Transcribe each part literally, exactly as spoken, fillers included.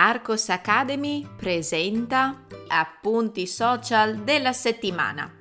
Arcos Academy presenta Appunti social della settimana.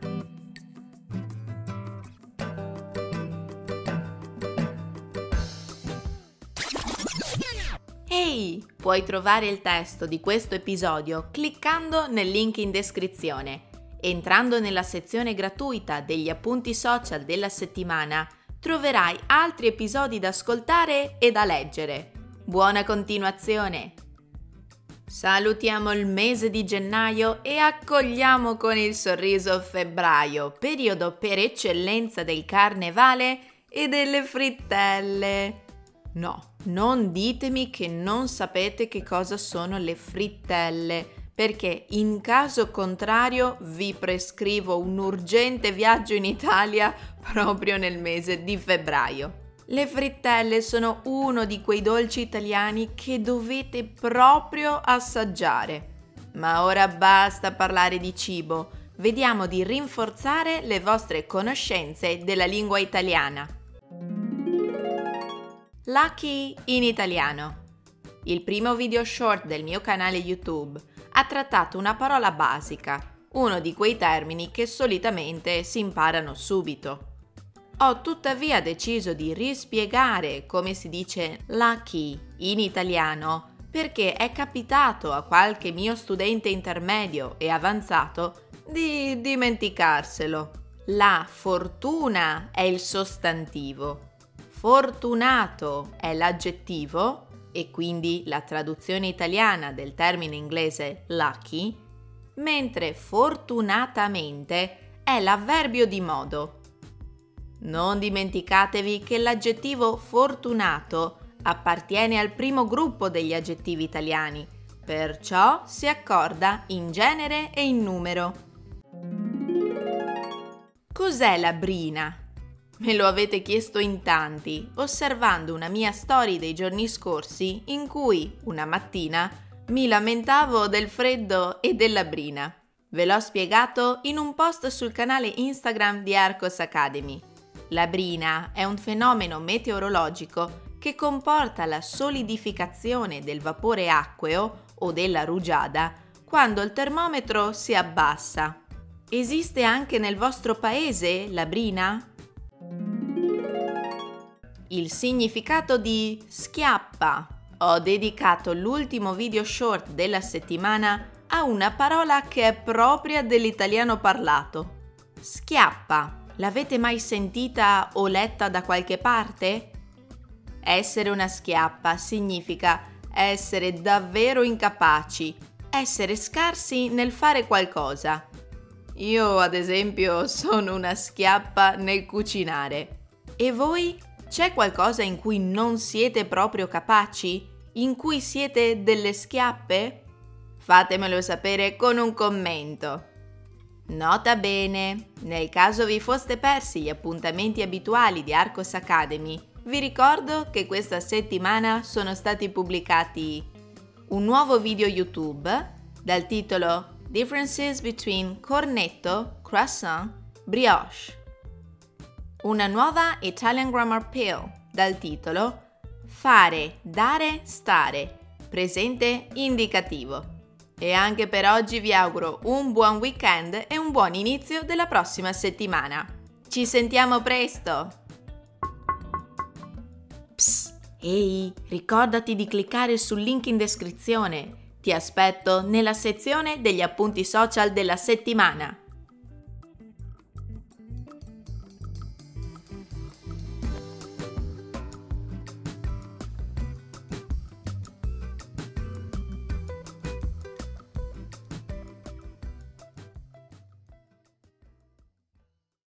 Ehi, puoi trovare il testo di questo episodio cliccando nel link in descrizione. Entrando nella sezione gratuita degli appunti social della settimana, troverai altri episodi da ascoltare e da leggere. Buona continuazione! Salutiamo il mese di gennaio e accogliamo con il sorriso febbraio, periodo per eccellenza del carnevale e delle frittelle. No, non ditemi che non sapete che cosa sono le frittelle, perché in caso contrario vi prescrivo un urgente viaggio in Italia proprio nel mese di febbraio. Le frittelle sono uno di quei dolci italiani che dovete proprio assaggiare. Ma ora basta parlare di cibo, vediamo di rinforzare le vostre conoscenze della lingua italiana. Lucky in italiano. Il primo video short del mio canale YouTube ha trattato una parola basica, uno di quei termini che solitamente si imparano subito. Ho tuttavia deciso di rispiegare come si dice lucky in italiano perché è capitato a qualche mio studente intermedio e avanzato di dimenticarselo. La fortuna è il sostantivo, fortunato è l'aggettivo e quindi la traduzione italiana del termine inglese lucky, mentre fortunatamente è l'avverbio di modo. Non dimenticatevi che l'aggettivo fortunato appartiene al primo gruppo degli aggettivi italiani, perciò si accorda in genere e in numero. Cos'è la brina? Me lo avete chiesto in tanti, osservando una mia story dei giorni scorsi in cui, una mattina, mi lamentavo del freddo e della brina. Ve l'ho spiegato in un post sul canale Instagram di Arcos Academy. La brina è un fenomeno meteorologico che comporta la solidificazione del vapore acqueo o della rugiada quando il termometro si abbassa. Esiste anche nel vostro paese la brina? Il significato di schiappa. Ho dedicato l'ultimo video short della settimana a una parola che è propria dell'italiano parlato. Schiappa. L'avete mai sentita o letta da qualche parte? Essere una schiappa significa essere davvero incapaci, essere scarsi nel fare qualcosa. Io, ad esempio, sono una schiappa nel cucinare. E voi? C'è qualcosa in cui non siete proprio capaci? In cui siete delle schiappe? Fatemelo sapere con un commento. Nota bene, nel caso vi foste persi gli appuntamenti abituali di Arcos Academy, vi ricordo che questa settimana sono stati pubblicati un nuovo video YouTube dal titolo Differences between cornetto, croissant, brioche, una nuova Italian Grammar Pill dal titolo Fare, dare, stare, presente indicativo. E anche per oggi vi auguro un buon weekend e un buon inizio della prossima settimana. Ci sentiamo presto! Psst, ehi, ricordati di cliccare sul link in descrizione. Ti aspetto nella sezione degli appunti social della settimana.